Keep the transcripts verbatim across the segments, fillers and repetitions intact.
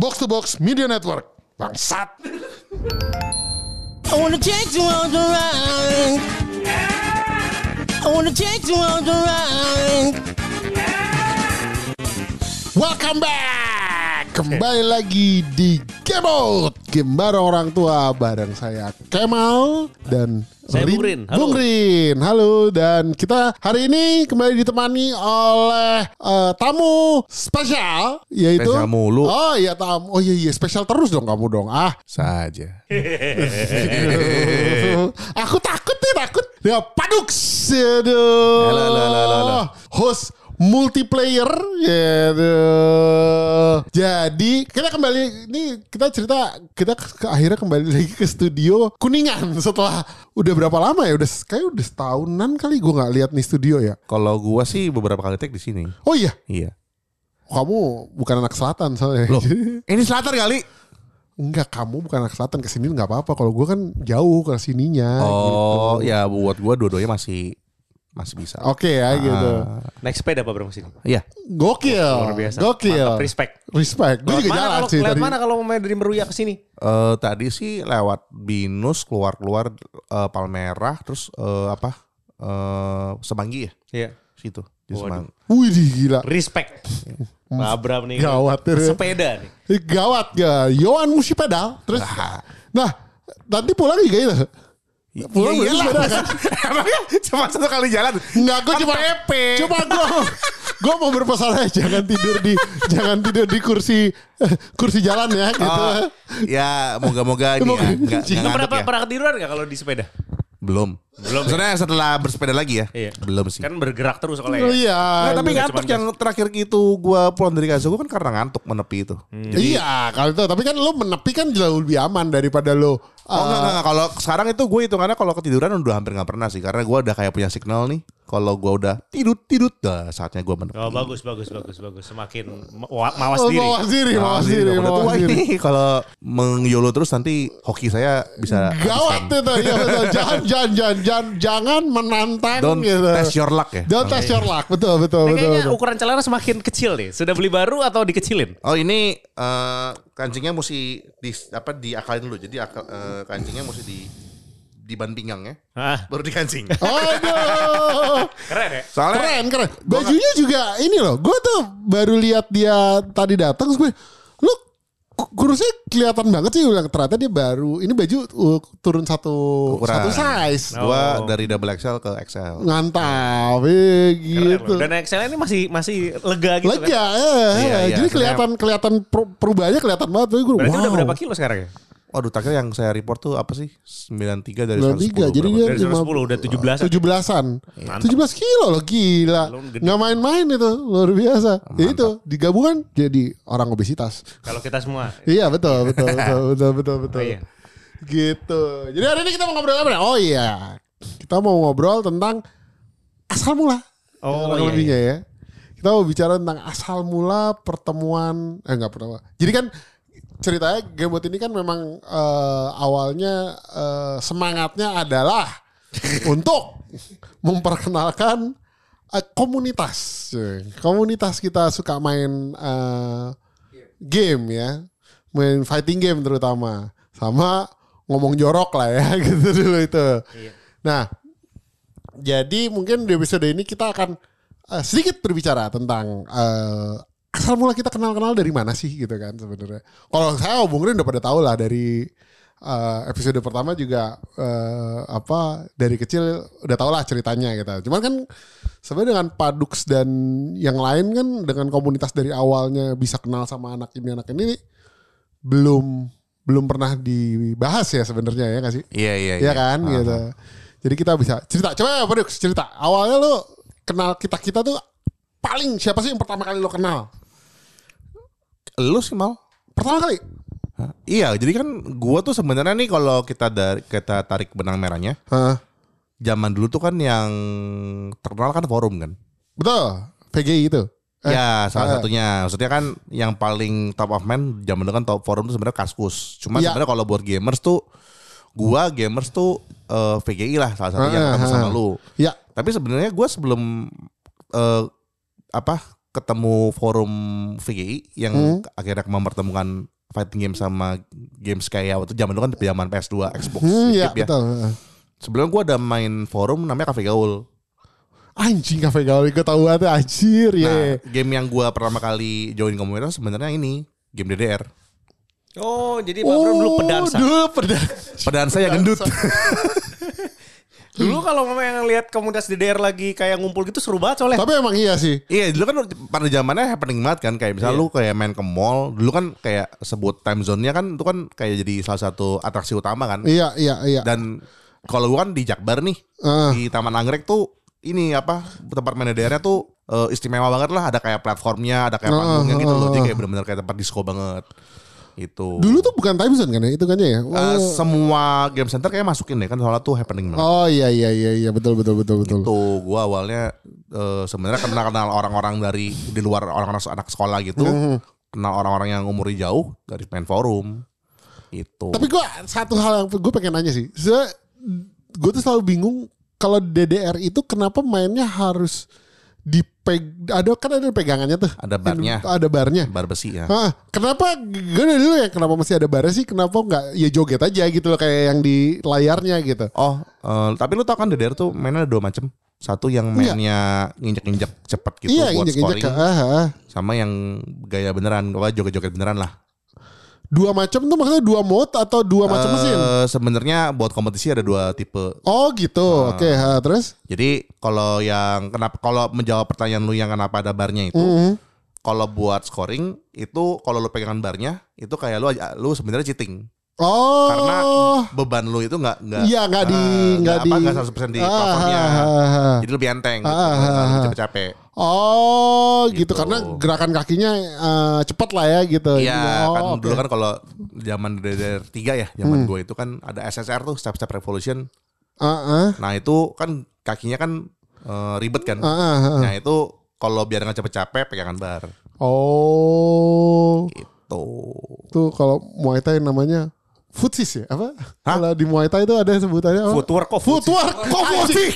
Box to Box Media Network. Bangsat. I wanna take you on the ride. I wanna take you on the ride. Welcome back. Kembali lagi di Game Out, game bareng orang tua, bareng saya Kemal dan saya Bung Rin. Halo. Bung Rin. Halo, dan kita hari ini kembali ditemani oleh uh, tamu spesial, yaitu Spesial mulu. Oh iya tamu. Oh iya iya spesial terus dong kamu dong. Ah, saja. Aku takut nih takut. Ya Padux. Aduh. Halo, halo, halo, halo. Host multiplayer gitu. Jadi kita kembali ini kita cerita kita ke, akhirnya kembali lagi ke studio Kuningan setelah udah berapa lama ya? Udah kayak udah setahunan kali gue nggak lihat nih studio ya. Kalau gua sih beberapa kali take di sini. Oh iya. Iya. Kamu bukan anak selatan soalnya. Loh, ini selatan kali? Enggak, kamu bukan anak selatan, kesini nggak apa-apa. Kalau gue kan jauh ke sininya. Oh, gitu. ya buat gua dua-duanya masih masih bisa. Oke ya gitu. Naik sepeda apa berapa sini? Iya. Gokil. Luar biasa. Gokil. Mantap, respect. Respect. Gue juga jalan kalau, sih lewat tadi. mana kalau mau dari Meruya ke sini? Uh, tadi sih lewat Binus keluar-keluar uh, Palmerah terus uh, apa? Uh, Semanggi ya? Iya. Situ di Waduh. Semang. Wih gila. Respect. Pak Abram nih. Gawat ya. Sepeda nih. Eh, Gawat ya. Yohan mesti pedal. Terus. Nah. Nanti pulang juga gitu. Pulang Iya, berarti sepeda kan. Emangnya cuma satu kali jalan? Enggak, gue cuma P P. Cuma gue gue mau berpesan aja jangan tidur di jangan tidur di kursi kursi jalan ya gitu. Oh, ya moga-moga ini Moga- ya, nggak Cing. nggak Pernah, ngantuk ya. pernah ketiduran gak kalau di sepeda? Belum. Belum. Sebenarnya setelah bersepeda lagi ya? Iya. Belum sih. Kan bergerak terus Oh soalnya. iya. Nah, tapi Nggak ngantuk cuman yang terakhir itu gue pulang dari Gaza gue kan karena ngantuk menepi itu. Hmm. Iya, kalau itu tapi kan lo menepi kan jauh lebih aman daripada lo. Oh enggak, enggak, enggak. Kalau sekarang itu gue hitungannya kalau ketiduran udah hampir nggak pernah sih. Karena gue udah kayak punya signal nih. Kalau gue udah tidur tidur, dah saatnya gue menepi. Oh bagus bagus bagus bagus. Semakin ma- mawas Oh, diri. mawas diri, mawas diri, Udah mawas tua diri. ini. Kalau mengyolo terus nanti hoki saya bisa Gawat habiskan. itu ya betul. Jangan jangan jangan jangan jangan menantang Don't gitu. test your luck ya. Don't test your luck. Betul betul Ini betul. kayaknya betul. ukuran celana semakin kecil nih. Sudah beli baru atau dikecilin? Oh ini eh, kancingnya mesti di apa diakalin dulu. Jadi akal, eh, kancingnya mesti di di ban pinggang ya. Hah? Baru dikancing. Aduh. Keren ya? Soalnya Keren keren. Bajunya juga ini loh. Gue tuh baru lihat dia tadi datang terus gue, lu ku- kurusnya kelihatan banget sih. Udah ternyata dia baru. Ini baju uh, turun satu Ukuran. satu size. gua Oh. dari double X L ke X L. Ngantap, eh, Keren gitu. loh. Dan X L ini masih masih lega gitu Lega, kan? eh, Iya, eh. iya, Jadi sebenarnya- kelihatan kelihatan per- perubahannya kelihatan banget. Gue, Berarti wow. udah berapa kilo sekarang ya? Waduh, terakhir yang saya report tuh apa sih? sembilan puluh tiga dari sembilan puluh tiga, seratus sepuluh. jadi berapa? dia Dari seratus sepuluh udah tujuh belas. tujuh belasan. Mantap. tujuh belas kilo loh, gila. Lu gede. Nggak main-main itu, luar biasa. Ya itu, digabungan jadi orang obesitas. Kalau kita semua. Iya betul betul betul betul betul betul. Oh, iya. Gitu. Jadi hari ini kita mau ngobrol apa? nih? Oh iya, kita mau ngobrol tentang asal mula. Oh, Kurang iya, lebihnya ya. Kita mau bicara tentang asal mula pertemuan. Eh nggak pertama. Jadi kan ceritanya Gamebot ini kan memang eh, awalnya eh, semangatnya adalah untuk memperkenalkan eh, komunitas. Komunitas kita suka main eh, game ya. Main fighting game terutama. Sama ngomong jorok lah ya gitu dulu itu. Iya. Nah, jadi mungkin di episode ini kita akan uh, sedikit berbicara tentang uh, asal mula kita kenal-kenal dari mana sih gitu kan sebenarnya. Kalau saya Bung Rin udah pada tahu lah dari uh, episode pertama juga uh, apa dari kecil udah tau lah ceritanya gitu. Cuman kan sebenarnya dengan Padux dan yang lain kan dengan komunitas dari awalnya bisa kenal sama anak ini anak ini belum belum pernah dibahas ya sebenarnya ya nggak sih? Iya, iya, Iya kan Aha. gitu. Jadi kita bisa cerita. Coba Padux cerita. Awalnya lo kenal kita-kita tuh paling siapa sih yang pertama kali lo kenal? Lu sih Mal. Pertama kali? Hah? Iya, jadi kan gua tuh sebenarnya nih kalau kita dari kita tarik benang merahnya, Hah? zaman dulu tuh kan yang terkenal kan forum kan. Betul. V G I itu. Eh, ya, salah eh. satunya. Maksudnya kan yang paling top of mind zaman dulu kan top forum tuh sebenarnya Kaskus. Cuma Iya. sebenarnya kalau buat gamers tuh gua gamers tuh eh, V G I lah salah satunya Eh, ketemu eh. sama lu. Ya. Tapi sebenarnya gua sebelum eh, apa ketemu forum V G I yang Hmm. akhirnya mempertemukan fighting game sama games kayak waktu zaman dulu kan zaman P S dua, Xbox Hmm, ya, ya. betul. Sebelum gue ada main forum namanya Cafe Gaul. Anjing Cafe Gaul gue tahu banget anjir ya. Nah, game yang gue pertama kali join komunitas sebenarnya ini game D D R. Oh, jadi Pak Bram dulu pedansa. Dulu pedansa. Pedansa yang gendut. Dulu kalau memang lihat komunitas D D R lagi kayak ngumpul gitu seru banget soalnya. Tapi emang iya sih. Iya dulu kan pada zamannya happening banget kan. Kayak misalnya lu kayak main ke mall. Dulu kan kayak sebut time zone-nya kan itu kan kayak jadi salah satu atraksi utama kan. Iya iya iya. Dan kalau gua kan di Jakbar nih. Uh. Di Taman Anggrek tuh ini apa tempat main D D R-nya tuh uh, istimewa banget lah. Ada kayak platformnya, ada kayak panggungnya gitu loh. Jadi kayak benar-benar kayak tempat disco banget. Itu. Dulu tuh bukan time zone kan ya itu kan ya. Uh, semua game center kayak masukin deh kan soalnya tuh happening banget. Oh iya iya iya iya betul betul betul betul. Itu gua awalnya uh, sebenarnya kenal-kenal orang-orang dari di luar orang-orang anak sekolah gitu. Mm-hmm. Kenal orang-orang yang umurnya jauh dari main forum. Itu. Tapi gue satu hal yang gue pengen nanya sih. Gue tuh selalu bingung kalau D D R itu kenapa mainnya harus dipeg ada kan ada pegangannya tuh. Ada barnya. Ada barnya. Bar besi ya. Hah, kenapa gue dari dulu ya kenapa masih ada barnya sih? Kenapa nggak ya joget aja gitu loh kayak yang di layarnya gitu. Oh, uh, tapi lu tau kan D D R tuh mainnya ada dua macam. Satu yang mainnya nginjek-nginjek cepet gitu Iya, buat injek-injek. scoring. Ah, ah. Sama yang gaya beneran, apa joget-joget beneran lah. Dua macam tuh maksudnya dua mode atau dua macam Eh, mesin? Sebenarnya buat kompetisi ada dua tipe. Oh gitu. Oke, ha, terus? Jadi kalau yang kenapa kalau menjawab pertanyaan lu yang kenapa ada barnya itu, Mhm. kalau buat scoring itu kalau lu pegangan barnya itu kayak lu aja- lu sebenarnya cheating. Oh. Karena beban lu itu nggak nggak Iya, nggak di ah, nggak di apa nggak seratus persen di Ah, platformnya. ah, ah, ah. Jadi lebih enteng gitu. Ah, ah, nggak ah. capek-capek. Oh gitu. Gitu. Karena gerakan kakinya eh, cepat lah ya gitu. Iya Oh, kan oke. dulu kan kalau zaman D D R tiga ya, zaman gue itu kan ada S S R tuh Step Step Revolution. Ah, ah. Nah itu kan kakinya kan eh, ribet kan. Ah, ah, ah. Nah itu kalau biar nggak capek-capek pegangan bar. Oh. Gitu. Tuh kalau Muay Thai namanya Futsis ya? Apa? Kalau di Muay Thai itu ada sebutannya apa? Footwork kok Footwork. Kok Futsis?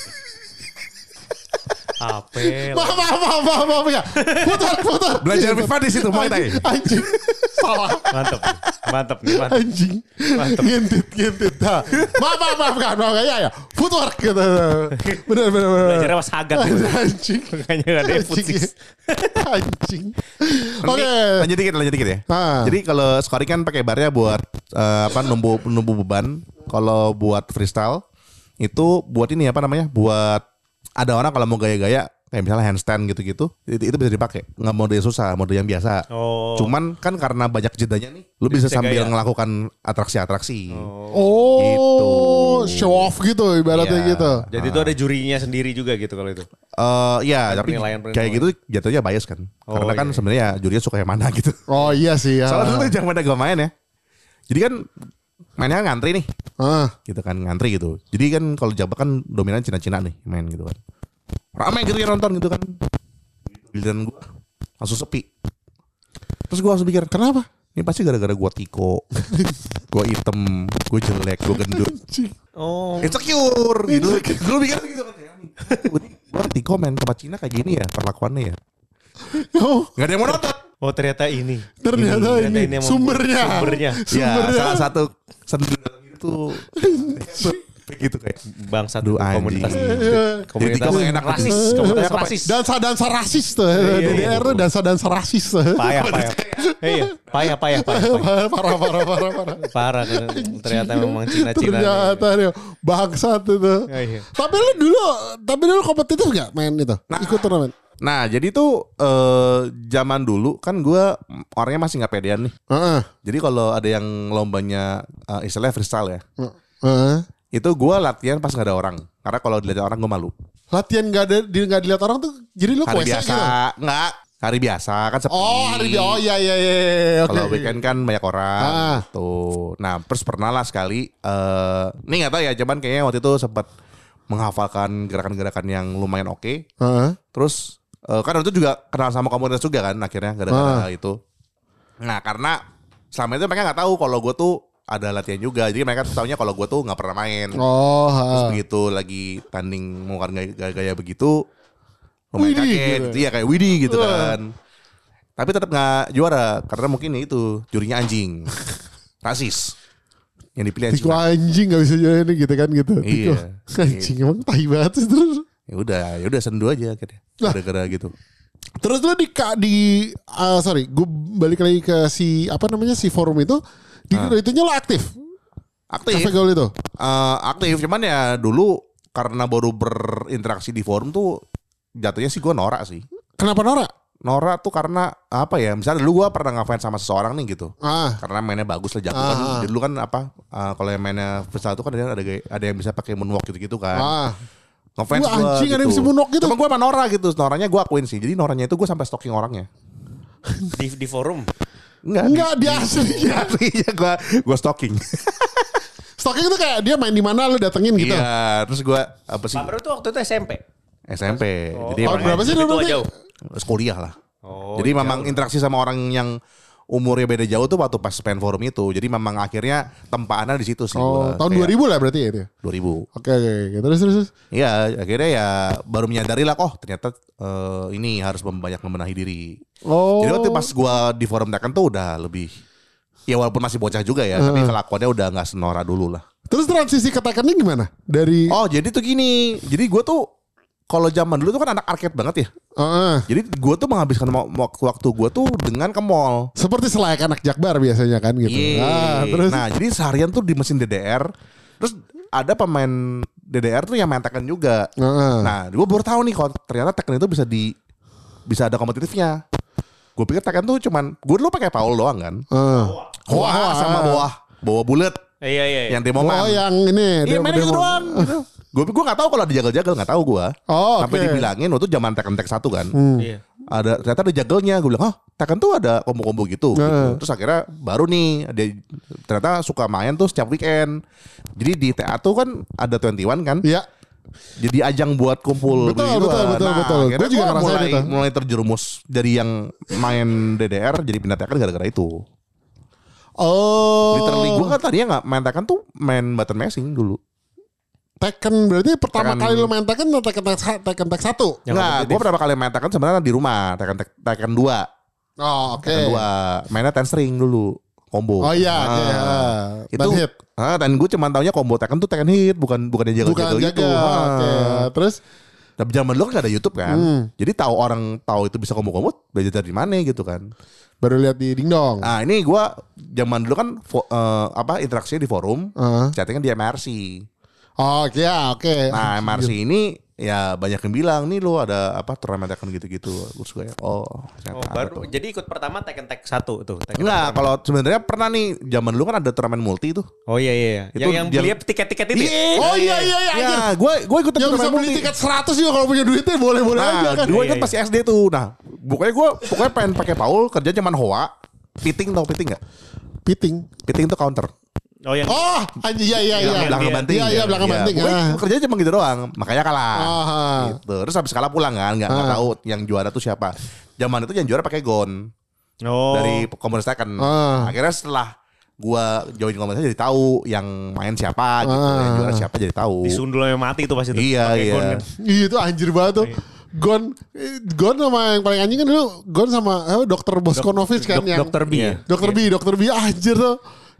Apel. Maaf, maaf, maaf, maaf, maaf ya. Footwork, footwork. Belajar FIFA di situ Muay Thai. Anjing. Salah. Mantap. Mantap nih, mantap. Anjing. Mantap. Ngintip, ngintip. Nah, maaf, maaf, maaf kan. Maaf, ya, ya. Footwork gitu. Bener, bener, bener. Belajarnya was hagat. Anjing. Makanya gak ada Anjing. futsis. Anjing. Oke. Oke. Lanjut dikit, lanjut dikit ya. Ah. Jadi kalau scoring kan pakai barnya buat eh, apa numbu numbu beban. Kalau buat freestyle itu buat ini apa namanya? Buat ada orang kalau mau gaya-gaya kayak misalnya handstand gitu-gitu, itu, itu bisa dipakai. Nggak mode yang susah, mode yang biasa. Oh. Cuman kan karena banyak jedanya nih, lu bisa Bisa sambil gaya. melakukan atraksi-atraksi. Oh, Gitu. show off gitu ibaratnya Iya. gitu. Jadi itu ada jurinya sendiri juga gitu kalau itu. Eh ya, Ada tapi penilaian-penilaian. kayak gitu jatuhnya bias kan. Oh, Karena kan iya. sebenarnya jurinya suka yang mana gitu. Oh iya sih ya. Soalnya dulu zaman gue main ya. Jadi kan mainnya kan ngantri nih. Ah. Gitu kan ngantri gitu. Jadi kan kalau Jabar kan dominan Cina-Cina nih main gitu kan. Ramai gitu yang nonton gitu kan. Giliran gue langsung sepi. Terus gue langsung pikir kenapa? Ini pasti gara-gara gue tiko. Gue hitam, gue jelek, gue gendut. Oh. Insecure gitu. Gue pikir gitu kan. Gue tiko main tempat Cina kayak gini ya perlakuannya ya. Oh, Gak ada yang mau nonton. Oh ternyata ini. ternyata ini, yang mau- sumbernya. Sumbernya. Ya Sumbernya. salah satu sendiri itu gitu kayak Bangsa Aduh, komunitas. anjing. Komunitas Jadi kamu enak rasis. banget. Komunitas Apa? rasis. Dansa-dansa rasis tuh. iya, D D R iya. tuh dansa-dansa rasis tuh. Payah, payah. Iya, payah, payah, payah. payah. Parah, parah, parah, parah. Parah kan. Ternyata memang Cina-Cina. Ternyata nih, bangsat itu. Ya, iya. Tapi lu dulu, tapi dulu kompetitif gak main itu? Ikut turnamen? Nah jadi tuh eh, zaman dulu kan gue orangnya masih nggak pedean nih. Heeh. Jadi kalau ada yang lombanya eh, istilahnya freestyle ya, Heeh. itu gue latihan pas nggak ada orang. Karena kalau dilihat orang gue malu. Latihan gak ada, di, gak dilihat orang tuh, jadi lu Hari kuese biasa gitu? nggak, hari biasa kan sepi. Oh, hari biasa. Oh iya iya iya. iya. Oke. Kalau weekend kan banyak orang Ah. tuh. Nah terus pernah lah sekali. eh ini nggak tahu ya, cuman kayaknya waktu itu sempat menghafalkan gerakan-gerakan yang lumayan oke. Heeh. Terus eh, kan waktu itu juga kenal sama komunitas juga kan akhirnya gara-gara itu. Nah karena selama itu mereka nggak tahu kalau gue tuh ada latihan juga. Jadi mereka tuh taunya kalau gue tuh nggak pernah main. Oh, Terus ha. begitu lagi tanding mengeluarkan gaya- gaya-gaya begitu, lumayan Widih, kaget gitu. gitu ya kayak Widih gitu kan. Tapi tetap nggak juara karena mungkin itu jurinya anjing, rasis. Yang dipilih anjing. Tiko anjing gak bisa juara ini gitu kan gitu. Tiko Iya. anjing emang tai banget sih terus. Ya udah, ya udah sendu aja akhirnya. Nah. Gara-gara gitu. Terus lu di di uh, sorry, gue balik lagi ke si apa namanya si forum itu. Di Ah. itunya lo aktif. Aktif. Cafe Gaul itu. Eh, aktif cuman ya dulu karena baru berinteraksi di forum tuh jatuhnya sih gue norak sih. Kenapa Nora? Norak tuh karena apa ya? Misalnya dulu gue pernah ngefans sama seseorang nih gitu. Ah. Karena mainnya bagus lah jago Ah, kan. ah. Dulu kan apa? eh, kalau yang mainnya freestyle tuh kan ada ada ada yang bisa pakai moonwalk gitu-gitu kan. Ah. Ngefans Wah, gue anjing, gitu. ada yang bisa moonwalk gitu. Cuma gue sama Nora gitu. Noranya gue akuin sih. Jadi Noranya itu gue sampai stalking orangnya. Di di forum. Enggak. Enggak dia aslinya. Aslinya gue gue stalking. Stalking itu kayak dia main di mana lu datengin gitu. Iya. Terus gue apa sih? Pak Bro tuh waktu itu S M P. S M P. Oh, Jadi Tahun emang- berapa sih Lebih dulu? tua berarti? jauh. Terus kuliah lah. Oh, Jadi jauh. memang interaksi sama orang yang umurnya beda jauh tuh waktu pas pen forum itu. Jadi memang akhirnya tempaannya di situ sih. Oh, gua. tahun Kayak dua ribu lah berarti ya itu. dua ribu. Oke oke oke. Terus terus. terus. Iya, akhirnya ya baru menyadari lah, oh ternyata eh, ini harus banyak membenahi diri. Oh. Jadi waktu pas gua di forum Tekken tuh udah lebih, ya walaupun masih bocah juga ya, tapi kelakuannya udah nggak senora dulu lah. Terus transisi ke Tekkennya gimana? Dari Oh jadi tuh gini, jadi gua tuh kalau zaman dulu tuh kan anak arcade banget ya. Heeh. Jadi gua tuh menghabiskan mo- waktu-waktu gua tuh dengan ke mall. Seperti selayaknya anak Jakbar biasanya kan gitu. Iya. Ah, terus Nah jadi seharian tuh di mesin D D R. Terus ada pemain D D R tuh yang main Tekken juga. Heeh. Nah gue baru tahu nih kalau ternyata Tekken itu bisa di bisa ada kompetitifnya. Gue pikir Tekken tuh cuman gue dulu pakai Paul doang kan. Heeh. Hoa sama bawah bawah bulat Iya iya. iya. yang demoman. Oh yang ini Iya demo- main gitu demo- doang. Gitu. Gue gue nggak tahu kalau ada jagal-jagal nggak tahu gue. Oh, Sampai oke. dibilangin waktu zaman Tekken Tech satu kan. Iya. Ada ternyata ada jagelnya. Gue bilang, oh Tekken tuh ada kombo-kombo gitu. gitu. Nah. Terus akhirnya baru nih ada ternyata suka main tuh setiap weekend. Jadi di T A tuh kan ada dua puluh satu kan. Iya. Jadi ajang buat kumpul Betul, begituan. betul, betul, Nah, betul. akhirnya Gua juga gua ngerasain mulai, itu. mulai terjerumus dari yang main D D R jadi pindah Tekken gara-gara itu. Oh. Literally gue kan tadinya nggak main Tekken tuh main button mashing dulu. Tekken berarti pertama Tekken- kali lu main Tekken atau Tekken Tekken Tekken Tech satu? Yang Nggak, kompetitif. gue pertama kali main Tekken sebenarnya di rumah. Tekken Tekken dua, Oh, oke. Tekken dua. Mainnya ten string dulu, combo. Oh iya, Ah. oke. ah. Itu Ten hit. Ah, dan gue cuma taunya combo Tekken tuh Tekken hit, bukan bukan yang Bukan jago-jago jaga. itu. Ah. Oke. Terus Tapi zaman dulu kan gak ada YouTube kan. Hmm. Jadi tahu orang tahu itu bisa combo-combo belajar dari mana gitu kan. baru lihat di Dingdong. Nah ini gue zaman dulu kan fo- eh, apa interaksinya di forum, Ah. chattingan di M R C. Oh, oke, ya, oke. Nah M R C ini ya banyak yang bilang nih lo ada apa turnamen Tekken gitu-gitu. Terus gue oh, ternyata Oh, ada baru tuh. jadi ikut pertama Tekken Tech satu tuh. Tekken Enggak, pertama. kalau sebenarnya pernah nih zaman dulu kan ada turnamen multi tuh. Oh iya iya. iya. Itu Yang yang yang- beli tiket-tiket itu. ya? Oh iya iya iya. Ya, anjir. gue gue ikut Yang bisa turnamen beli multi. tiket seratus juga kalau punya duitnya boleh-boleh aja Nah, kan. gue Iya, kan iya. masih S D tuh. Nah, pokoknya gue pokoknya pengen pakai Paul, kerja cuman hoa, piting tau piting nggak? Piting. Piting tuh counter. Oh yang Oh, anjir iya iya iya. Yang belakang dia- banting. Iya iya belakang banting. Pokoknya Ah. kerjanya cuma gitu doang, makanya kalah. Ah. Gitu. Terus habis kalah pulang kan, nggak nggak Ah. tahu yang juara tuh siapa. Zaman itu yang juara pakai Gon Oh. dari komunitas Tekken. Ah. Akhirnya setelah gua join komunitas jadi tahu yang main siapa gitu, Ah. yang juara siapa jadi tahu. disundul sampai mati tuh pasti tuh. Iya, Pakai iya. gon kan. Iya itu anjir banget tuh. Gon, eh, Gon sama yang paling anjing kan dulu Gon sama eh, dokter Boskonovic kan Dok- yang Dokter B. Iya. Dokter B, Dokter B anjir tuh.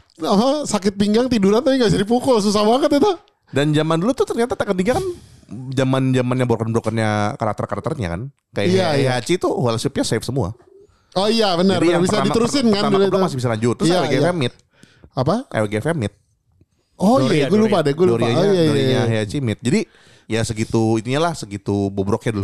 Apa sakit pinggang tiduran tapi gak bisa dipukul, susah banget itu. Dan zaman dulu tuh ternyata Tekken tiga kan zaman zamannya broken-brokennya karakter-karakternya kan. Kayak Iya, iya. Heihachi tuh wallship-nya save semua. Oh iya benar, Jadi benar yang bisa pertama- diterusin kan pertama dulu kedua itu. masih bisa lanjut. Terus Iya, L G F iya. mid. Apa? L G F mid. Oh Doria, iya, gue lupa Doria. deh, gue lupa. Dorianya, Oh iya iya. Dorianya iya. Heihachi mid. Jadi ya segitu ininya lah, segitu bobroknya dulu.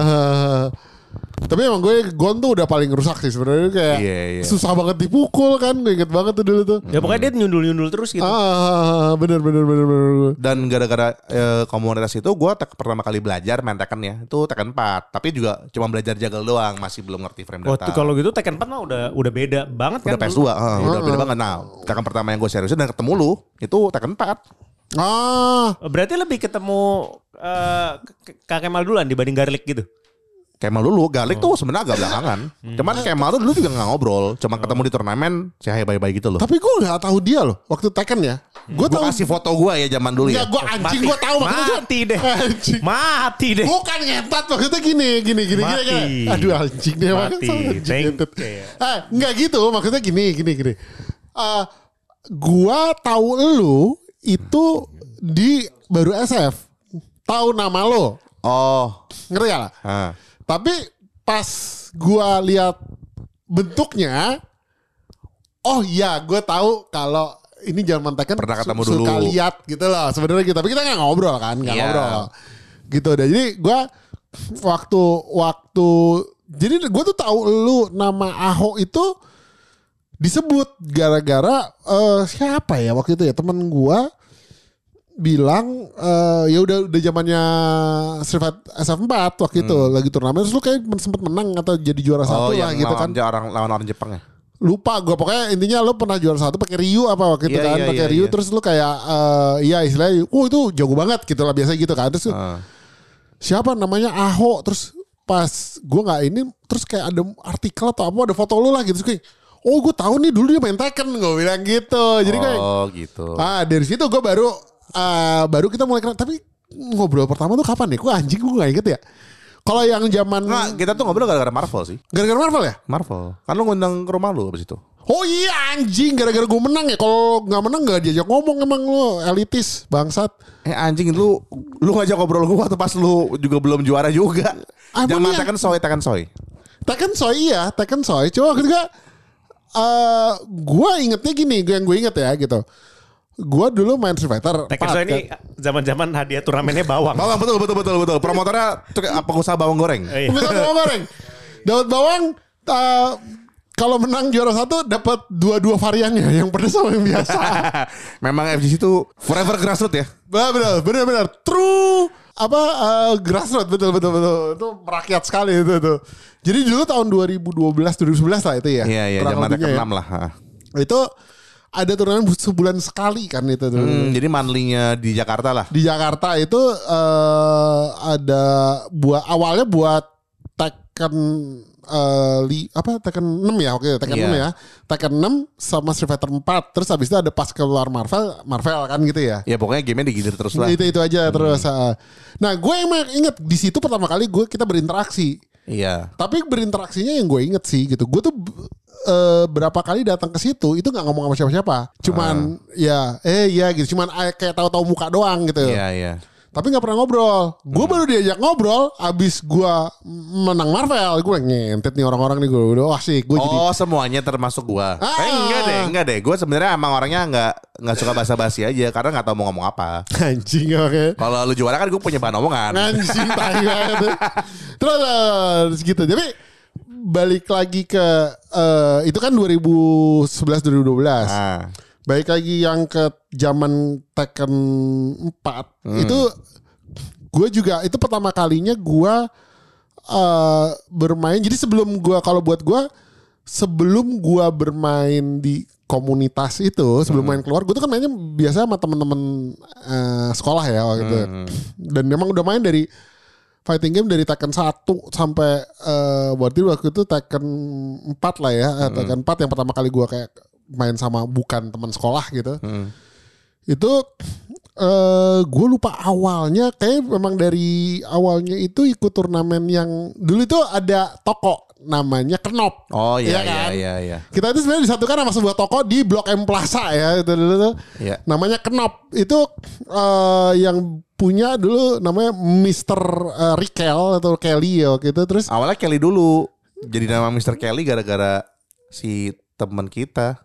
Ah, tapi emang gue Gon tuh udah paling rusak sih sebenarnya kayak Iya, iya. susah banget dipukul kan, gue inget banget tuh dulu tuh. Ya pokoknya dia nyundul-nyundul terus gitu. Ah, bener bener bener bener. Dan gara-gara eh, komunitas itu gue pertama kali belajar main Tekken ya. Itu Tekken empat. Tapi juga cuma belajar jagal doang. Masih belum ngerti frame Oh, data. tuh kalau gitu Tekken empat mah udah udah beda banget Udah kan. P S dua. ah, udah beda banget. Nah Tekken pertama yang gue seriusin dan ketemu lu. Itu Tekken empat. Ah, Berarti lebih ketemu eh, K- Kak Kemal duluan dibanding Garlic gitu. Kemal dulu, Galik tuh sebenarnya agak belakangan. Cuman Kemal tuh dulu juga nggak ngobrol, cuma ketemu di turnamen, saya bye-bye gitu loh. Tapi gue nggak tahu dia loh waktu Tekken ya. Gue Gue tahu. kasih foto gue ya zaman dulu ya. Enggak, gue anjing gue tahu maksudnya. Mati deh. Anjing. Mati deh. Bukan ngetat maksudnya gini gini gini Mati. gini, gini. Aduh anjing deh Mati. maksudnya anjing Thank- ngetat. kayak- Ah, enggak gitu maksudnya gini gini gini. Ah, gua tahu lu itu di baru S F. Tahu nama lo. Oh, Ngerti gak lah? ah. Tapi pas gua lihat bentuknya, oh iya gue tahu kalau ini zaman Tekken Pernah ketemu su- suka dulu. lihat gitu loh sebenarnya gitu. Tapi kita nggak ngobrol kan, nggak Iya. ngobrol gitu deh. Jadi gue waktu waktu jadi gue tuh tahu lu nama Aho itu disebut gara-gara eh, siapa ya waktu itu ya temen gue bilang eh, ya udah udah zamannya Street Fighter S F empat waktu itu lagi turnamen terus lu kayak sempet menang atau jadi juara Hmm. Oh, satu lah yang gitu lawan kan. dia orang lawan orang Jepang ya. Lupa gue pokoknya intinya lu pernah juara satu pakai Ryu apa waktu itu Iya, kan iya, pakai iya, Ryu iya. terus lu kayak eh iya istilahnya oh itu jago banget gitu lah biasa gitu kan terus Ah. siapa namanya Aho terus pas gue nggak ini terus kayak ada artikel atau apa ada foto lu lah gitu terus kayak oh gue tahu nih dulu dia main Tekken gue bilang gitu jadi kayak Oh gitu. ah dari situ gue baru ah, baru kita mulai kenal tapi ngobrol pertama tuh kapan nih gue anjing gue nggak inget ya kalau yang zaman Nggak, kita tuh ngobrol gara-gara Marvel sih. gara-gara Marvel ya Marvel. Kan lu ngundang ke rumah lu abis itu. oh iya anjing gara-gara gue menang ya kalau nggak menang nggak diajak ngomong emang lu elitis bangsat. Eh anjing lu lu ngajak ngobrol gua waktu pas lu juga belum juara juga. Ah, Zaman iya. Tekken Soy Tekken Soy. Tekken Soy iya, Tekken Soy. Coba ketika uh, gue ingetnya gini, yang gue inget ya gitu. Gue dulu main Street Fighter. Tekken empat, Soy ini kan. zaman-zaman hadiah turnamennya bawang. Bawang betul betul betul betul. Promotornya tuh kayak pengusaha bawang goreng. Eh, iya. Bukan bawang goreng. Dapat bawang. Uh, kalau menang juara satu dapat dua-dua variannya, yang pedas sama yang biasa. Memang F G C itu forever grassroots ya. Benar, benar, benar. True apa uh, grassroots betul betul betul itu merakyat sekali itu tuh. Jadi dulu tahun dua ribu dua belas dua ribu sebelas lah itu ya. Iya iya kurang zaman lebihnya Tekken ya. enam lah. ha. Itu ada turnamen sebulan sekali kan itu tuh. Hmm, jadi monthly-nya di Jakarta lah. Di Jakarta itu eh, ada buat awalnya buat Tekken eh, li, apa Tekken enam ya oke Tekken Iya. enam ya. Tekken enam sama Street Fighter empat terus habis itu ada pas keluar Marvel Marvel kan gitu ya. Ya pokoknya game-nya digilir terus lah. Itu itu aja terus. ah. Nah, gue emang inget di situ pertama kali gue kita berinteraksi. Iya. Tapi berinteraksinya yang gue inget sih gitu. Gue tuh eh, berapa kali datang ke situ itu nggak ngomong sama siapa-siapa. Cuman ya eh ya gitu. Cuman eh, kayak tahu-tahu muka doang gitu. Iya iya. Tapi nggak pernah ngobrol. Gue baru diajak ngobrol abis gue menang Marvel. Gue ngentet nih orang-orang nih gue udah asik. Gue jadi Oh semuanya termasuk gua. Ah. Eh, enggak deh, enggak deh. Gua sebenarnya emang orangnya enggak enggak suka basa-basi aja karena enggak tahu mau ngomong apa. anjing oke. Kalau lu juara kan gue punya bahan omongan. Anjing tai banget. Terus terus gitu. Jadi balik lagi ke eh, itu kan dua ribu sebelas dua ribu dua belas. Nah, Balik lagi yang ke zaman Tekken empat itu gue juga itu pertama kalinya gue uh, bermain. Jadi sebelum gue kalau buat gue sebelum gue bermain di komunitas itu sebelum main keluar gue tuh kan mainnya biasa sama temen-temen uh, sekolah ya waktu itu. Dan memang udah main dari fighting game dari Tekken satu sampai uh, berarti waktu itu Tekken empat lah ya. Hmm. Tekken empat yang pertama kali gue kayak main sama bukan teman sekolah gitu. Hmm. Itu uh, gue lupa awalnya kayak memang dari awalnya itu ikut turnamen yang dulu itu ada toko namanya Knop. oh iya Iya kan? iya iya iya. Kita itu sebenarnya disatukan sama sebuah toko di Blok M Plaza ya itu dulu tuh. Iya. Namanya Knop. Itu uh, yang punya dulu namanya mister uh, Rikel atau Kelly ya gitu terus Awalnya Kelly dulu. Jadi nama mister Kelly gara-gara si teman kita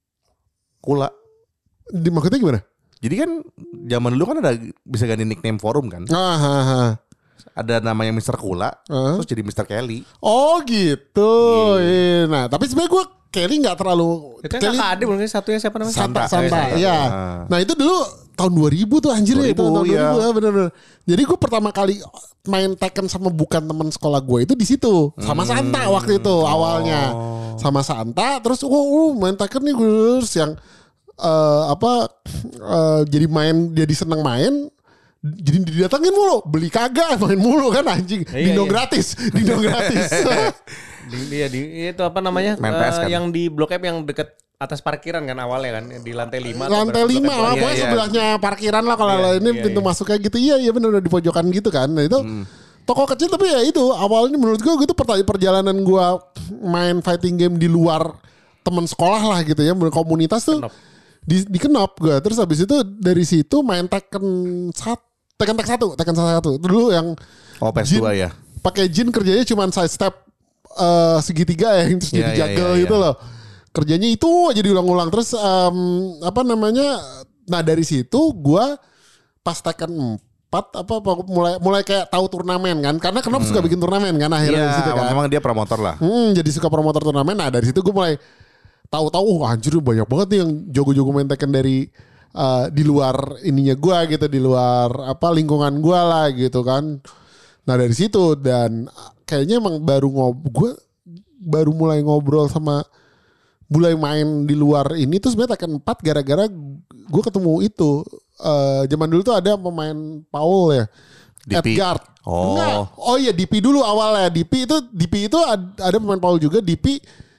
Kula. di maksudnya gimana? Jadi kan zaman dulu kan ada bisa ganti nickname forum kan. Ah, ah, ah. Ada namanya mister Kula, Uh. terus jadi mister Kelly. Oh gitu. Iya. Nah, tapi sebenarnya gue Kelly nggak terlalu Itu Kelly kakak adik mungkin satunya siapa namanya? Santa Oh, Santa. Santa. Iya. Ah. Nah, itu dulu tahun dua ribu tuh anjir ya, itu dua ribu, tahun iya. dua ribu ya benar-benar. Jadi gue pertama kali main Tekken sama bukan teman sekolah gue itu di situ sama Santa waktu itu awalnya. Sama Santa terus oh, oh main Tekken nih terus yang uh, apa uh, jadi main jadi seneng main Jadi didatengin mulu, beli kagak, main mulu kan anjing. Iya, Dino iya. gratis, Dino gratis. Di, dia di itu apa namanya? Main eh, P S kan? Yang di Blok M yang deket atas parkiran kan awalnya kan di lantai lima. Lantai lima lah, Iya, pokoknya iya. sebelahnya parkiran lah kalau Iya, ini iya, pintu iya. masuknya gitu. Iya, iya benar di pojokan gitu kan. Nah itu Hmm. toko kecil tapi ya itu awalnya menurut gue gitu perta- perjalanan gue main fighting game di luar teman sekolah lah gitu ya, komunitas tuh Kenop. di dikenop gue. Terus habis itu dari situ main Tekken satu, Tekken Tag satu, Tekken satu dulu yang Oh P S dua ya. pakai Jin kerjanya cuma side step eh, segitiga ya, terus Iya, jadi iya, juggle iya, gitu iya. loh. Kerjanya itu aja diulang-ulang. Terus em, apa namanya? Nah dari situ gua pas Tekken empat apa, apa mulai mulai kayak tahu turnamen kan. Karena Knop suka bikin turnamen kan akhirnya Iya, di situ kan. memang dia promotor lah. Hmm, jadi suka promotor turnamen. Nah dari situ gue mulai tahu-tahu, wah anjir banyak banget nih yang jago-jago main Tekken dari eh, di luar ininya gue gitu, di luar apa lingkungan gue lah gitu kan. Nah dari situ dan kayaknya emang baru ngob gue baru mulai ngobrol sama mulai main di luar ini tuh sebenarnya Tekken empat gara-gara gue ketemu itu eh, zaman dulu tuh ada pemain Paul ya. D P. Edgar. Oh. Enggak. Oh iya D P dulu awalnya. D P itu D P itu ad- ada pemain Paul juga. D P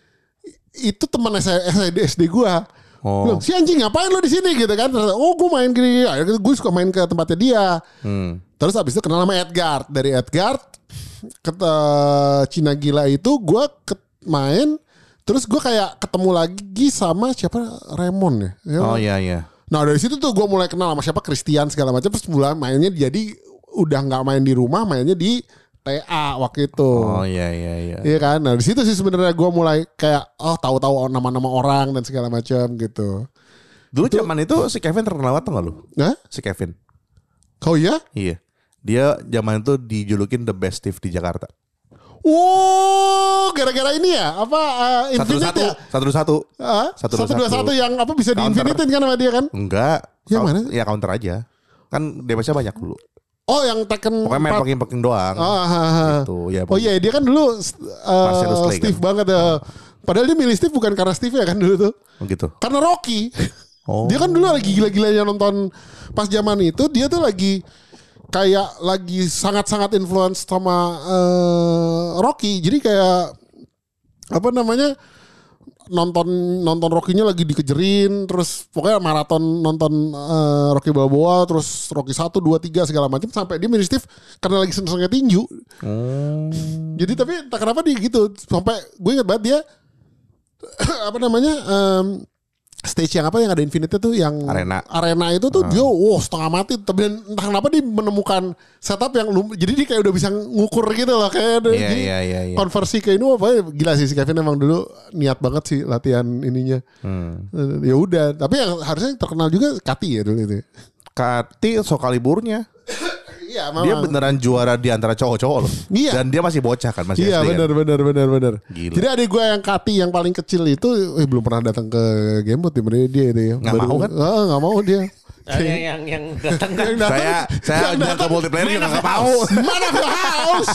itu teman S D S D gua. Oh. Bilang, si anjing ngapain lo di sini gitu kan? Terus, oh gue main gini. Akhirnya gue suka main ke tempatnya dia. Hmm. Terus abis itu kenal sama Edgar. Dari Edgar ke eh, Cina Gila itu gue main. Terus gue kayak ketemu lagi sama siapa Raymond ya. Ya, Oh iya iya. Nah dari situ tuh gue mulai kenal sama siapa Christian segala macam. Terus mulai mainnya jadi udah nggak main di rumah, mainnya di T A waktu itu. Oh iya iya iya. Iya kan. Nah di situ sih sebenarnya gue mulai kayak oh tahu-tahu nama-nama orang dan segala macam gitu. Dulu zaman itu si Kevin terkenal banget nggak lu? Nah, Si Kevin. kau iya? Iya. Dia zaman itu dijulukin the best Steve di Jakarta. Wow, gara-gara ini ya apa uh, Satu Infinite satu, ya? satu satu. Ah, Satu satu dua dua satu. satu yang apa bisa di Counter. infinitin kan sama dia kan? Enggak. Yang Count- mana? Ya counter aja. Kan D P S-nya banyak dulu. Oh yang Tekken Pokoknya main empat. packing-packing doang. Ah, ah, ah. Gitu. Ya, Oh iya dia kan dulu uh, Marcellus Clay Steve kan? banget ya. Padahal dia milih Steve bukan karena Steve ya kan dulu tuh. gitu. Karena Rocky. Oh. Dia kan dulu lagi gila-gilanya nonton pas zaman itu dia tuh lagi kayak lagi sangat-sangat influence sama eh, Rocky. Jadi kayak apa namanya nonton nonton Rocky-nya lagi dikejerin terus pokoknya maraton nonton eh, Rocky Balboa terus Rocky satu, dua, tiga segala macam sampai dia milih Steve karena lagi seneng-senengnya tinju. Oh. Jadi tapi tak kenapa dia gitu sampai gue ingat banget dia apa namanya em, stage yang apa yang ada Infinite tuh yang Arena. arena itu tuh dia wow setengah mati tapi dan entah kenapa dia menemukan setup yang lum- jadi dia kayak udah bisa ngukur gitu loh kayak ada Iya, jadi iya, iya, iya. konversi ke ini apa gila sih si Kevin emang dulu niat banget sih latihan ininya. Hmm. Eh, ya udah tapi yang harusnya terkenal juga Kati ya dulu itu. Kati Sokaliburnya. Iya Dia memang. beneran juara di antara cowok-cowok loh. Iya. Dan dia masih bocah kan, masih Iya S D benar kan. benar benar benar. Gila. Jadi adik gue yang Kati yang paling kecil itu eh, belum pernah datang ke Gamebot ya bener dia itu ya. Nggak mau kan? Ah, nggak mau dia. Nah, yang yang yang datang kan. Yang datang- Saya saya yang ajak ke datang, multiplayer juga nggak mau. Man of the house.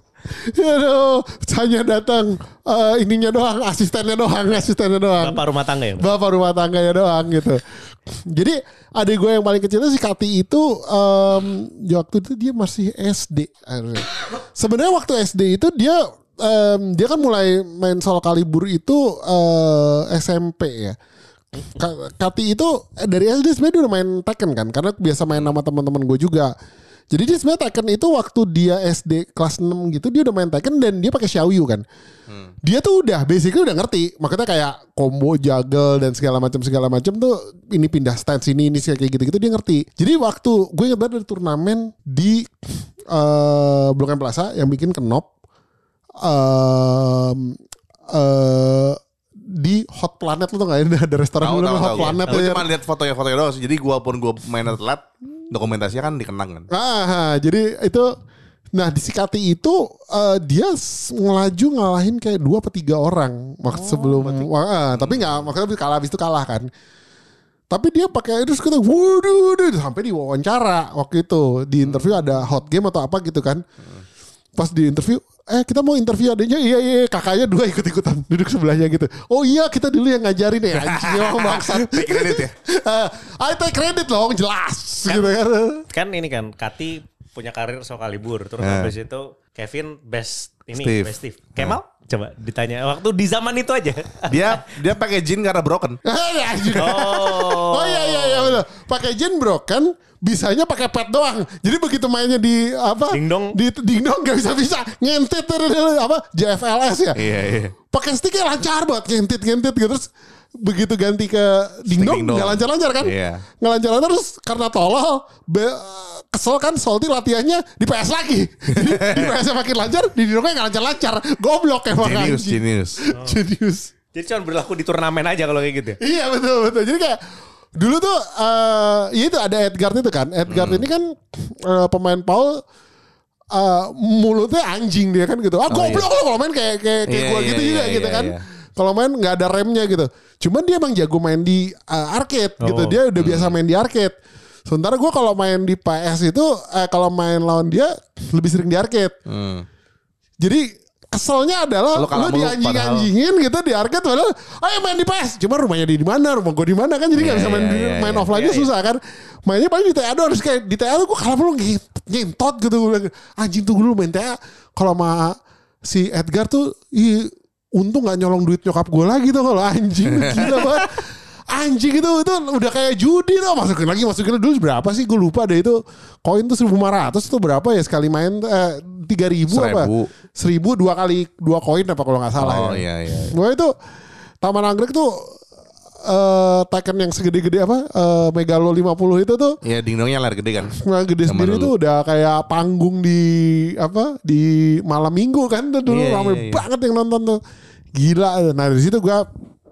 Aduh, hanya datang eh, ininya doang, asistennya doang, asistennya doang. Bapak rumah tangga ya. Pak? Bapak rumah tangganya doang gitu. Jadi adik gue yang paling kecil itu si Kati itu em, waktu itu dia masih S D. Sebenarnya waktu S D itu dia em, dia kan mulai main Soul Calibur itu eh, S M P ya. Ka- Kati itu eh, dari S D sebenarnya dia udah main Tekken kan karena biasa main sama teman-teman gue juga. Jadi dia sebenarnya Tekken itu waktu dia S D kelas enam gitu dia udah main Tekken dan dia pakai Xiaoyu kan. Hmm. Dia tuh udah basically udah ngerti. Makanya kayak combo juggle dan segala macam segala macam tuh ini pindah stance ini ini kayak gitu-gitu dia ngerti. Jadi waktu gue ingat banget ada turnamen di uh, Blok M Plaza yang bikin Knop um, uh, di Hot Planet lo tau gak ada, ada restoran Tahu dulu tahu namanya Hot tahu. Planet Gue ya. cuma lihat fotonya-fotonya doang sih. Jadi gua pun gua main telat, dokumentasinya kan dikenang kan. Ah, jadi itu nah di Sikati itu eh, dia s- ngelaju ngalahin kayak dua atau tiga orang waktu sebelum wah, ah, tapi nggak maksudnya kalah habis itu kalah kan. Tapi dia pakai itu kita waduh, waduh, sampai diwawancara waktu itu di interview ada hot game atau apa gitu kan. Pas di interview eh kita mau interview adanya, iya iya kakaknya dua ikut-ikutan duduk sebelahnya gitu. Oh iya kita dulu yang ngajarin ya anjing emang bangsat. Take credit ya. I take credit loh jelas gitu kan. Kan ini kan Kati punya karir Sokalibur, terus Nah. habis itu Kevin best ini Steve. best Steve. Kemal coba ditanya waktu di zaman itu aja. Dia dia pakai jin karena broken. Oh. Oh iya iya iya betul. Pakai jin broken, bisanya pakai pet doang. Jadi begitu mainnya di apa? Dingdong. Di dingdong gak bisa bisa ngentit apa J F L S ya. Iya iya. Pakai sticknya lancar banget ngentit ngentit gitu terus begitu ganti ke dingdong dingdong. nggak lancar-lancar kan? Iya. Nggak lancar-lancar terus karena tolol be- kesel kan Salty latihannya di P S lagi. Di P S makin lancar, di dingdongnya nggak lancar-lancar. Goblok emang Genius anjing. genius. Genius. Jadi cuma berlaku di turnamen aja kalau kayak gitu ya. Iya betul betul. Jadi kayak dulu tuh eh ya itu ada Edgar itu kan. Edgar Hmm. ini kan eh, pemain Paul eh, mulutnya anjing dia kan gitu. Ah goblok lo kalau main kayak kayak, kayak Iya, gua iya, gitu iya, juga iya, gitu kan. iya. Kalau main nggak ada remnya gitu. Cuman dia emang jago main di eh, arcade gitu. Oh. Dia udah biasa Hmm. main di arcade. Sementara gue kalau main di P S itu eh, kalau main lawan dia lebih sering di arcade. Hmm. Jadi keselnya adalah Lu kalah lu mulu, dianjing-anjingin gitu di arcade padahal ayo main di P S. Cuma rumahnya di mana, rumah gue di mana kan jadi nggak Iya, bisa main iya, iya, main iya. offline-nya Iya, susah kan. Mainnya paling di T A doang terus kayak di T A tuh gue kalah mulu ngent- ngentot gitu gue bilang anjing tuh dulu main T A kalau sama si Edgar tuh ih, untung nggak nyolong duit nyokap gue lagi tuh kalau anjing gila banget. Anjing itu itu udah kayak judi tuh masukin lagi masukin dulu berapa sih gue lupa deh itu koin tuh seribu lima ratus tuh berapa ya sekali main eh, tiga ribu apa Seribu. seribu dua kali dua koin apa kalau nggak salah Oh ya. iya iya. Wah itu Taman Anggrek tuh eh Tekken yang segede-gede apa eh, Megalo lima puluh itu tuh Iya dingdongnya layar gede kan. nah, gede Zaman sendiri dulu. tuh udah kayak panggung di apa di malam minggu kan tuh dulu Iya, ramai iya, iya. banget yang nonton tuh gila. Nah dari situ gua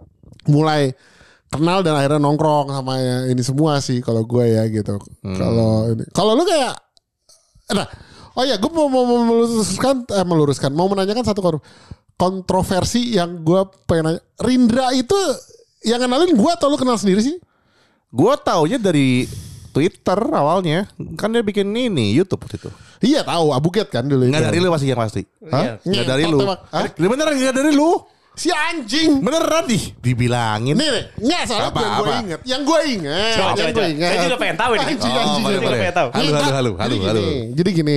mulai kenal dan akhirnya nongkrong sama ya ini semua sih kalau gue ya gitu. Hmm. Kalau ini kalau lu kayak nah oh ya gue mau, mau, mau meluruskan eh, meluruskan mau menanyakan satu kor- kontroversi yang gue pengen nanya. Rindra itu yang kenalin gue atau lu kenal sendiri sih? Gue taunya dari Twitter awalnya. Kan dia bikin ini YouTube waktu itu. Iya tahu Abuget kan dulu. Enggak dari lu pasti yang pasti. Hah? Enggak dari Ngentot lu. emang. Hah? Beneran enggak dari lu. Si anjing. Beneran di dibilangin. Nih nih, nggak soalnya Apa, yang gue apa? inget, yang gue inget, Coba, yang coba, gue coba. inget. Saya juga pengen tahu nih. Anjing, Oh, anjing, boleh, anjing. boleh. pengen tahu. Halo, halo, halo, halo, Jadi halo. gini, jadi gini.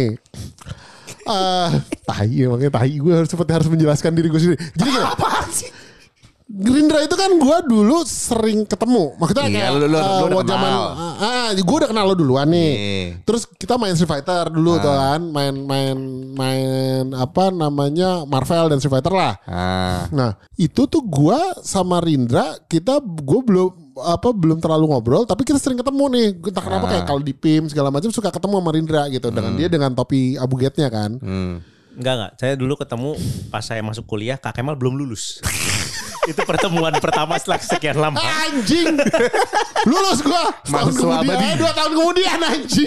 Eh, tahi makanya tahi gue harus seperti harus menjelaskan diri gue sendiri. Jadi gini. Apaan sih? Gerindra itu kan gue dulu sering ketemu. Maksudnya Iya, kayak lu- lu- lu eh, udah waktu zaman kenal. ah, ah, gue udah kenal lo duluan nih. Nih. Terus kita main Street Fighter dulu tuh kan, main main main apa namanya Marvel dan Street Fighter lah. Ah. Nah itu tuh gue sama Rindra kita gue belum apa belum terlalu ngobrol tapi kita sering ketemu nih entah kenapa Ah. kayak kalau di P I M segala macam suka ketemu sama Rindra gitu dengan dia dengan topi abugetnya kan. Hmm. Enggak enggak. Saya dulu ketemu pas saya masuk kuliah Kak Kemal belum lulus. Itu pertemuan pertama setelah sekian lama. Anjing lulus gue tahun Mahasiswa kemudian abadi. eh, dua tahun kemudian anjing.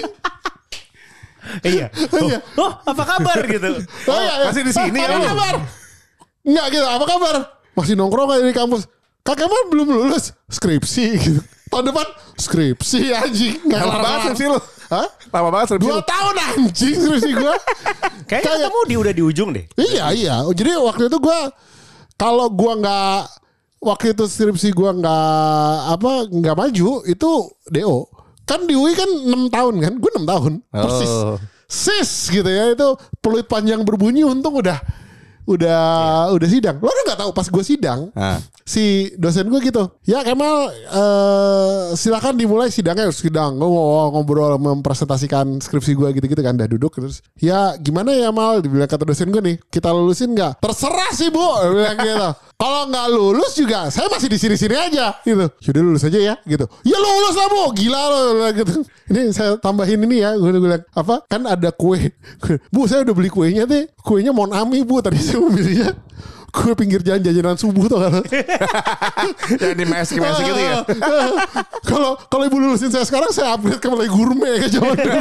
Iya. Iya. Oh, apa kabar gitu? Oh, iya, iya. masih di sini apa ya, lu? kabar? Enggak gitu apa kabar? Masih nongkrong kayak di kampus. Kak Kemal belum lulus skripsi gitu. Tahun depan skripsi anjing. Nggak Lama kelar-kelar. banget skripsi lu. Hah? Lama banget skripsi Dua lu. tahun anjing skripsi gue. Kayaknya Kayak- kamu di udah di ujung deh. Iya iya. Jadi waktu itu gue kalau gue nggak waktu itu skripsi gue nggak apa nggak maju itu D O kan di U I kan enam tahun kan gue enam tahun persis Oh. sis gitu ya itu peluit panjang berbunyi untung udah udah udah sidang lo nggak tahu pas gue sidang Ah. si dosen gue gitu ya Kemal eh, silakan dimulai sidangnya sidang gue mau ngobrol mempresentasikan skripsi gue gitu-gitu kan udah duduk terus ya gimana ya Mal dibilang kata dosen gue nih kita lulusin nggak terserah sih bu dia bilang gitu kalau nggak lulus juga saya masih di sini-sini aja gitu yaudah lulus aja ya gitu ya lulus lah bu gila lo gitu ini saya tambahin ini ya gue bilang apa kan ada kue bu saya udah beli kuenya deh kuenya Monami bu tadi saya mau belinya kue pinggir jalan jajanan subuh tuh kan Yang di meski meski gitu ya. kalau kalau ibu lulusin saya sekarang saya upgrade ke mulai gourmet ke zaman dulu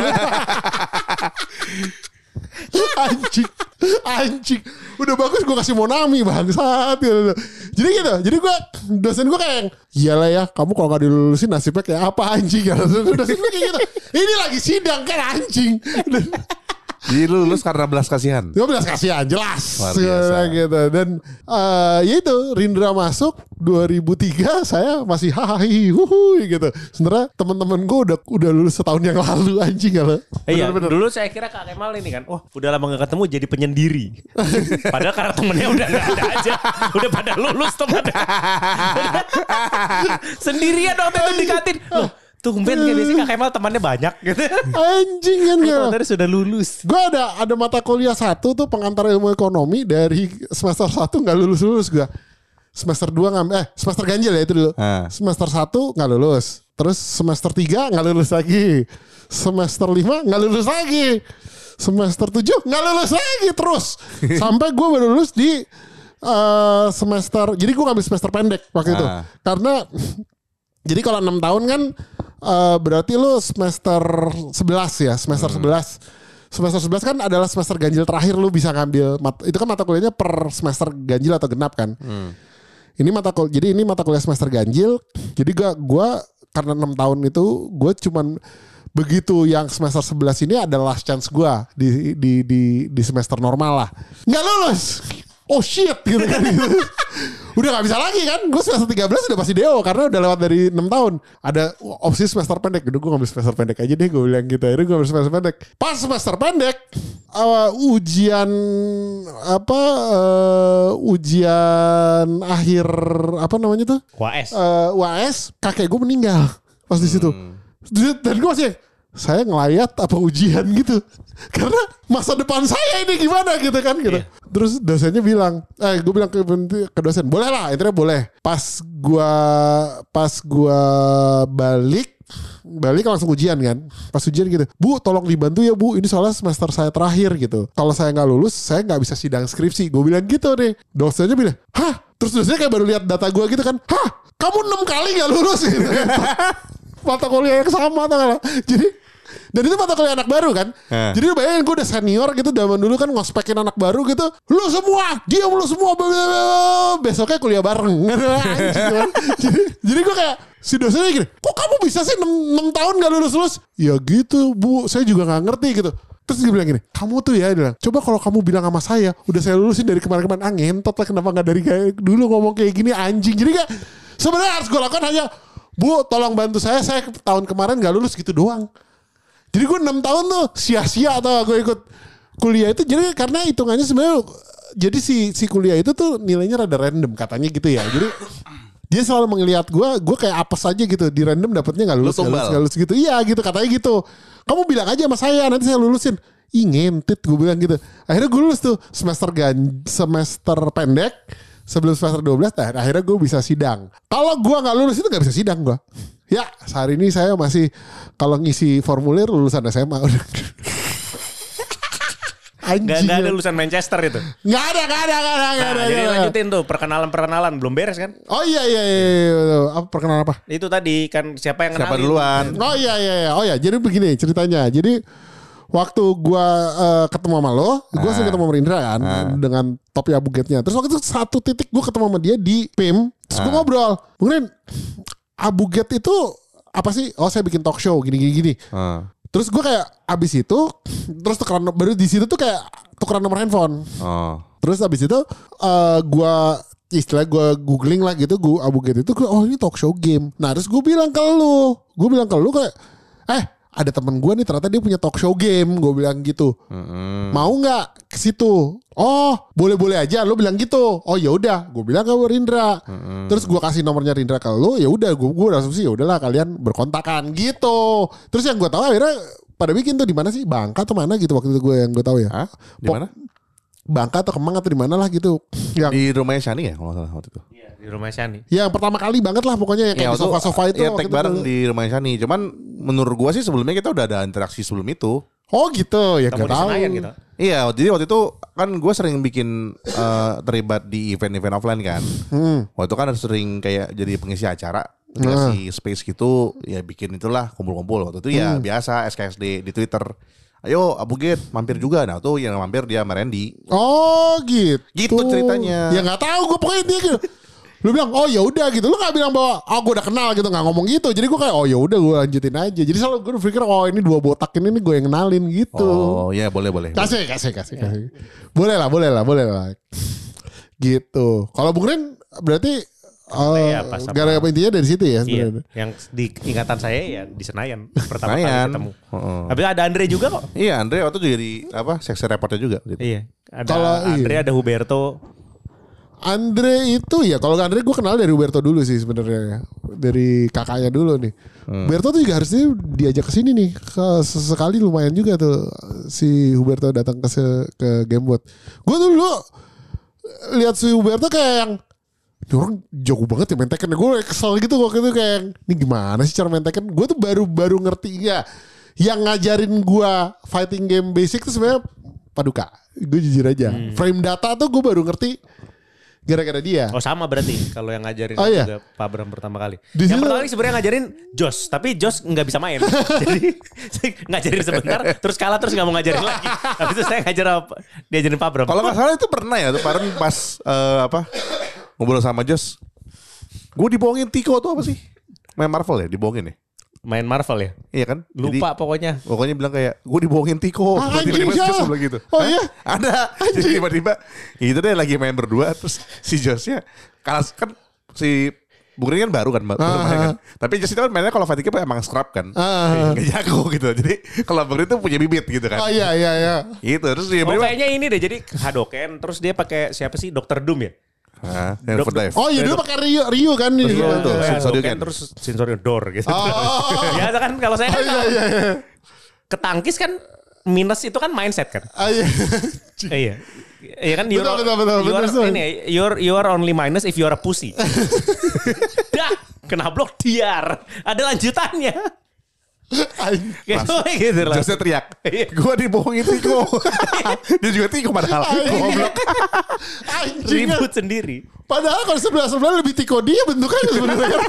anjing anjing udah bagus gue kasih Monami bangsat gitu. Jadi gitu jadi gue dosen gue kayak iyalah ya kamu kalau nggak dilulusin nasibnya kayak apa anjing ya dosen gue kayak gitu ini lagi sidang kan anjing Jadi lu lulus karena belas kasihan. Gue belas kasihan jelas Luar biasa. gitu. Dan uh, ya itu Rindra masuk dua ribu tiga saya masih hahaha huhu gitu. Sebenarnya teman-teman gue udah udah lulus setahun yang lalu anjing kalau. Iya, dulu saya kira Kak Kemal ini kan, oh udah lama gak ketemu jadi penyendiri. Padahal karena temennya udah gak ada aja, udah pada lulus temennya. Sendirian waktu itu di kantin. Loh, tumben kayak biasanya Kak Kemal temannya banyak gitu. Anjing kan Kalau gitu. tadi sudah lulus. Gue ada ada mata kuliah satu tuh pengantar ilmu ekonomi dari semester satu nggak lulus lulus gue. Semester dua ngambil eh semester ganjil ya itu dulu. Ah. Semester satu nggak lulus. Terus semester tiga nggak lulus lagi. Semester lima nggak lulus lagi. Semester tujuh nggak lulus lagi terus. Sampai gue baru lulus di uh, semester. Jadi gue ngambil semester pendek waktu itu. Ah. Karena jadi kalau enam tahun kan uh, berarti lu semester sebelas ya. Semester Hmm. sebelas. Semester sebelas kan adalah semester ganjil terakhir lu bisa ngambil. mat- Itu kan mata kuliahnya per semester ganjil atau genap kan. Hmm. Ini mata kuliah, jadi ini mata kuliah semester ganjil. Jadi gua gua karena enam tahun itu gue cuman begitu yang semester sebelas ini adalah last chance gua di di di di semester normal lah. Nggak lulus. Oh shit gitu kan. Udah gak bisa lagi kan. Gue semester tiga belas udah pasti deo karena udah lewat dari enam tahun. Ada opsi semester pendek. Udah gue ngambil semester pendek aja deh. Gue bilang gitu. Akhirnya gue ngambil semester pendek. Pas semester pendek. Uh, ujian apa uh, ujian akhir apa namanya tuh U A S. uh, U A S kakek gue meninggal pas di situ. Dan gue masih saya ngelayat apa ujian gitu karena masa depan saya ini gimana gitu kan gitu. Iya. Terus dosennya bilang, eh gue bilang ke, ke dosen boleh lah, intinya boleh. Pas gue pas gue balik balik langsung ujian kan. Pas ujian gitu, Bu tolong dibantu ya Bu, ini soalnya semester saya terakhir gitu. Kalau saya nggak lulus saya nggak bisa sidang skripsi. Gue bilang gitu nih. Dosennya bilang, hah? Terus dosennya kayak baru lihat data gue gitu kan, hah? Kamu enam kali nggak lulus gitu kan. Mata kuliah yang sama tau gak? Jadi dan itu mata kuliah anak baru kan. Eh. Jadi lu bayangin gue udah senior gitu zaman dulu kan ngospekin anak baru gitu. Lu semua, diam lu semua. Besoknya kuliah bareng. Anjing kan. Jadi, jadi gue kayak si dosennya gini, kok kamu bisa sih enam tahun gak lulus-lulus? Ya gitu Bu, saya juga gak ngerti gitu. Terus dia bilang gini, kamu tuh ya, dia bilang, coba kalau kamu bilang sama saya, udah saya lulusin dari kemarin-kemarin, ah ngentot lah kenapa gak dari kayak dulu ngomong kayak gini anjing. Jadi kayak sebenarnya harus gue lakukan hanya, Bu tolong bantu saya, saya tahun kemarin gak lulus gitu doang. Jadi gue enam tahun tuh sia-sia atau gue ikut kuliah itu. Jadi karena hitungannya sebenarnya, jadi si si kuliah itu tuh nilainya rada random katanya gitu ya. Jadi dia selalu melihat gue, gue kayak apes aja gitu. Di random dapetnya gak lulus, Lu gak lulus, tumbal. gak lulus gitu. Iya gitu katanya gitu. Kamu bilang aja sama saya nanti saya lulusin. Ih ngentit gue bilang gitu. Akhirnya gue lulus tuh semester gan semester pendek. Sebelum semester dua belas, nah, akhirnya gue bisa sidang. Kalau gue gak lulus itu gak bisa sidang gue. Ya, hari ini saya masih kalau ngisi formulir lulusan S M A. Gak, Anjing. gak ada lulusan Manchester itu. Gak ada, gak ada, gak ada, gak Nah, ada. jadi gak ada. lanjutin tuh perkenalan-perkenalan belum beres kan? Oh iya iya iya. iya. Apa perkenalan apa? Itu tadi kan siapa yang Siapa kenalin? duluan? Oh iya iya iya. Oh iya, jadi begini ceritanya. Jadi waktu gua uh, ketemu sama lo, gua sering ketemu sama Rindra kan dengan topi abugetnya. Terus waktu itu satu titik gua ketemu sama dia di P I M, terus gua ngobrol. Mungkin abuget itu apa sih? Oh saya bikin talk show gini gini gini. Ah. Terus gue kayak abis itu, terus tukeran baru di situ tuh kayak tukeran nomor handphone. Oh. Terus abis itu uh, gue istilah gue googling lah gitu, gue abuget itu, gue oh ini talk show game. Nah terus gue bilang ke lu, gue bilang ke lu kayak, eh ada temen gue nih ternyata dia punya talk show game, gue bilang gitu. Mm-mm. Mau nggak ke situ? Oh boleh boleh aja, lu bilang gitu. Oh ya udah, gue bilang ke Rindra. Mm-mm. Terus gue kasih nomornya Rindra ke lu, ya udah, gue gue asumsi ya udahlah kalian berkontakan gitu. Terus yang gue tahu akhirnya pada bikin tuh di mana sih, Bangka atau mana gitu waktu itu gue yang gue tahu ya. Hah? Di Pok- mana? Bangka atau Kemang atau di mana lah gitu. Yang Di rumahnya Shani ya kalau nggak salah waktu itu. Iya, di rumah Shani. yang pertama kali banget lah pokoknya yang kayak di waktu sofa-sofa itu. ya waktu tag itu bareng tuh. di rumahnya Shani. Cuman menurut gua sih sebelumnya kita udah ada interaksi sebelum itu. Oh gitu, ya Ketemu gak di tahu. Senayan gitu. Iya, jadi waktu itu kan gue sering bikin eh, terlibat di event-event offline kan. Hmm. Waktu itu kan sering kayak jadi pengisi acara, ngasih space gitu, ya bikin itulah kumpul-kumpul. Waktu itu ya biasa S K S D di Twitter. Ayo Abuget mampir juga. Nah tuh yang mampir dia sama Randy. Oh gitu. Gitu ceritanya. Ya nggak tahu gue pokoknya dia gitu. Lu bilang oh ya udah gitu. Lu gak bilang bahwa oh gue udah kenal gitu, nggak ngomong gitu. Jadi gue kayak oh ya udah gue lanjutin aja. Jadi selalu gue berpikir oh ini dua botak ini nih gue yang kenalin gitu. Oh ya boleh boleh. Kasih kasih kasih kasih. Boleh lah boleh lah boleh lah. Gitu. Kalau Bung Ren berarti uh, ya, pas sama- gara-gara intinya dari situ ya. Iya, sebenarnya. yang di ingatan saya ya di Senayan pertama Senayan. kali ketemu. Heeh. Tapi ada Andre juga kok. Iya Andre waktu juga di apa seksi reportnya juga. Gitu. Iya. Ada Kalau Andre, iya. ada Huberto. Andre itu ya kalau Andre gue kenal dari Huberto dulu sih sebenarnya ya. Dari kakaknya dulu nih. Hmm. Huberto tuh juga harusnya diajak ke sini nih. Ke sesekali lumayan juga tuh si Huberto datang ke se- ke Gamebot. Gue tuh dulu lihat si Huberto kayak yang ini orang jago banget ya main Tekken. Gue kesel gitu waktu itu kayak yang, ini gimana sih cara main Tekken. Gue tuh baru-baru ngerti ya. Yang ngajarin gue fighting game basic tuh sebenarnya Paduka. Gue jujur aja. Hmm. Frame data tuh gue baru ngerti gara-gara dia. Oh sama berarti kalau yang ngajarin Oh, iya. juga Pak Bram pertama kali. Di yang situ- pertama kali sebenarnya ngajarin Jos, tapi Jos nggak bisa main. Jadi ngajarin sebentar, terus kalah terus nggak mau ngajarin lagi. Habis itu saya ngajar apa? Diajarin Pak Bram. Kalau nggak salah itu pernah ya tuh kemarin pas eh, apa ngobrol sama Jos. Gue dibohongin Tiko tuh apa sih? Main Marvel ya dibohongin ya? Main Marvel ya? Iya kan? Jadi, Lupa pokoknya. pokoknya bilang kayak gue dibohongin Tiko. Ah, Tiba-tiba anjing, si Jos siapa? bilang gitu. Oh, Hah? iya? Ada. Jadi tiba-tiba itu deh lagi main berdua terus si Josnya kalah kan si Bung Rin kan baru kan, baru Ah, main kan. ah. Tapi Jos itu kan mainnya kalau fighting game emang scrap kan. Ah. Nggak jago gitu. Jadi kalau Bung Rin tuh punya bibit gitu kan. Oh iya iya iya. Gitu terus dia Oh berdua. kayaknya ini deh, jadi Hadoken, terus dia pakai siapa sih? Dokter Doom ya? Nah, yang Dok- dive. Oh iya dulu pakai Ryu Ryu kan nih. Terus Iya, lu tuh, iya. Kayak Sensorion. Hadoken, terus Sensorion Door gitu. Oh. Biasa kan kalau saya Oh kan iya kalau iya iya. ketangkis kan minus itu kan mindset kan. Ah, iya. Eh, iya. Iya kan you're, Betul, betul, betul, you're, betul, betul. ini, you're, you are only minus if you're a pussy. Dah, kena blok diar. Ada lanjutannya. Anjing. Gitu, gitu lah. Josnya teriak. Iya. Gue dibohongin Tiko. Dia juga Tiko padahal. Goblok. Anjing. Ribut sendiri. Padahal kalau sebelah sebelah lebih tiko dia bentukannya sebenarnya kan.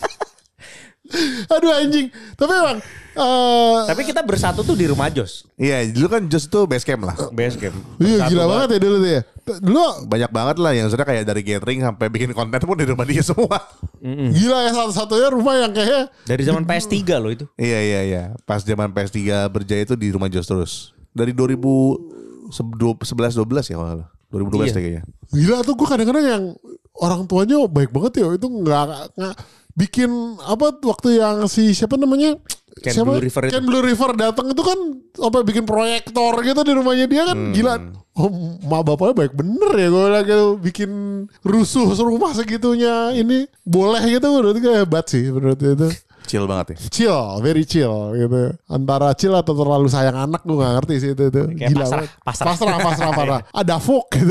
Aduh anjing. Tapi emang eh Tapi kita bersatu tuh di rumah Jos. Iya, dulu kan Jos itu base camp lah. Base camp. iya Bersatu gila banget ya dulu tuh ya. Dulu Banyak banget lah yang sudah kayak dari gathering sampai bikin konten pun di rumah dia semua. gila ya satu-satunya rumah yang kayak Dari zaman P S tiga loh itu. Iya iya iya. Pas zaman P S tiga berjaya itu di rumah Jos terus. Dari dua ribu sebelas dua belas ya kalau nggak salah. dua ribu dua belas Iya. deh kayaknya. gila tuh gue kadang-kadang yang orang tuanya baik banget ya itu nggak nggak bikin apa waktu yang si siapa namanya Ken siapa Blue River itu. Ken Blue River datang itu kan sampai bikin proyektor gitu di rumahnya dia kan gila oh mak bapaknya baik bener ya gue lagi bikin rusuh serumah segitunya ini boleh gitu menurut gue hebat sih menurut itu Chill banget ya. chill very chill gitu antara chill atau terlalu sayang anak gue nggak ngerti sih itu itu Kayak gila pasrah, banget. pasrah. pasrah pasrah pasrah ada folk gitu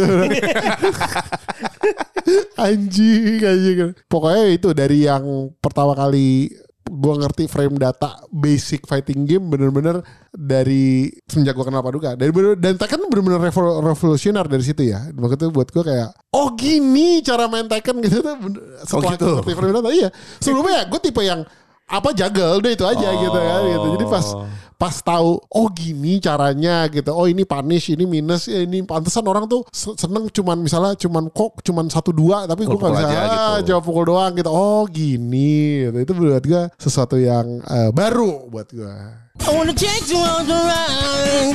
anjing anjing pokoknya itu dari yang pertama kali gue ngerti frame data basic fighting game bener-bener dari semenjak gue kenal Paduka dari bener, dan Tekken bener-bener revol- revolusioner dari situ ya makanya buat gue kayak oh gini cara main Tekken gitu tuh bener- setelah gitu. ngerti frame data iya sebelumnya ya gue tipe yang apa jagal udah itu aja gitu kan gitu jadi pas pas tahu oh gini caranya gitu oh ini punish ini minus ya ini pantesan orang tuh se- seneng cuman misalnya cuman kok cuman satu dua tapi gue Pukul nggak bisa aja ah, gitu. jawab pukul doang gitu oh gini gitu. Itu buat gue sesuatu yang eh, baru buat gue I wanna take you on the ride.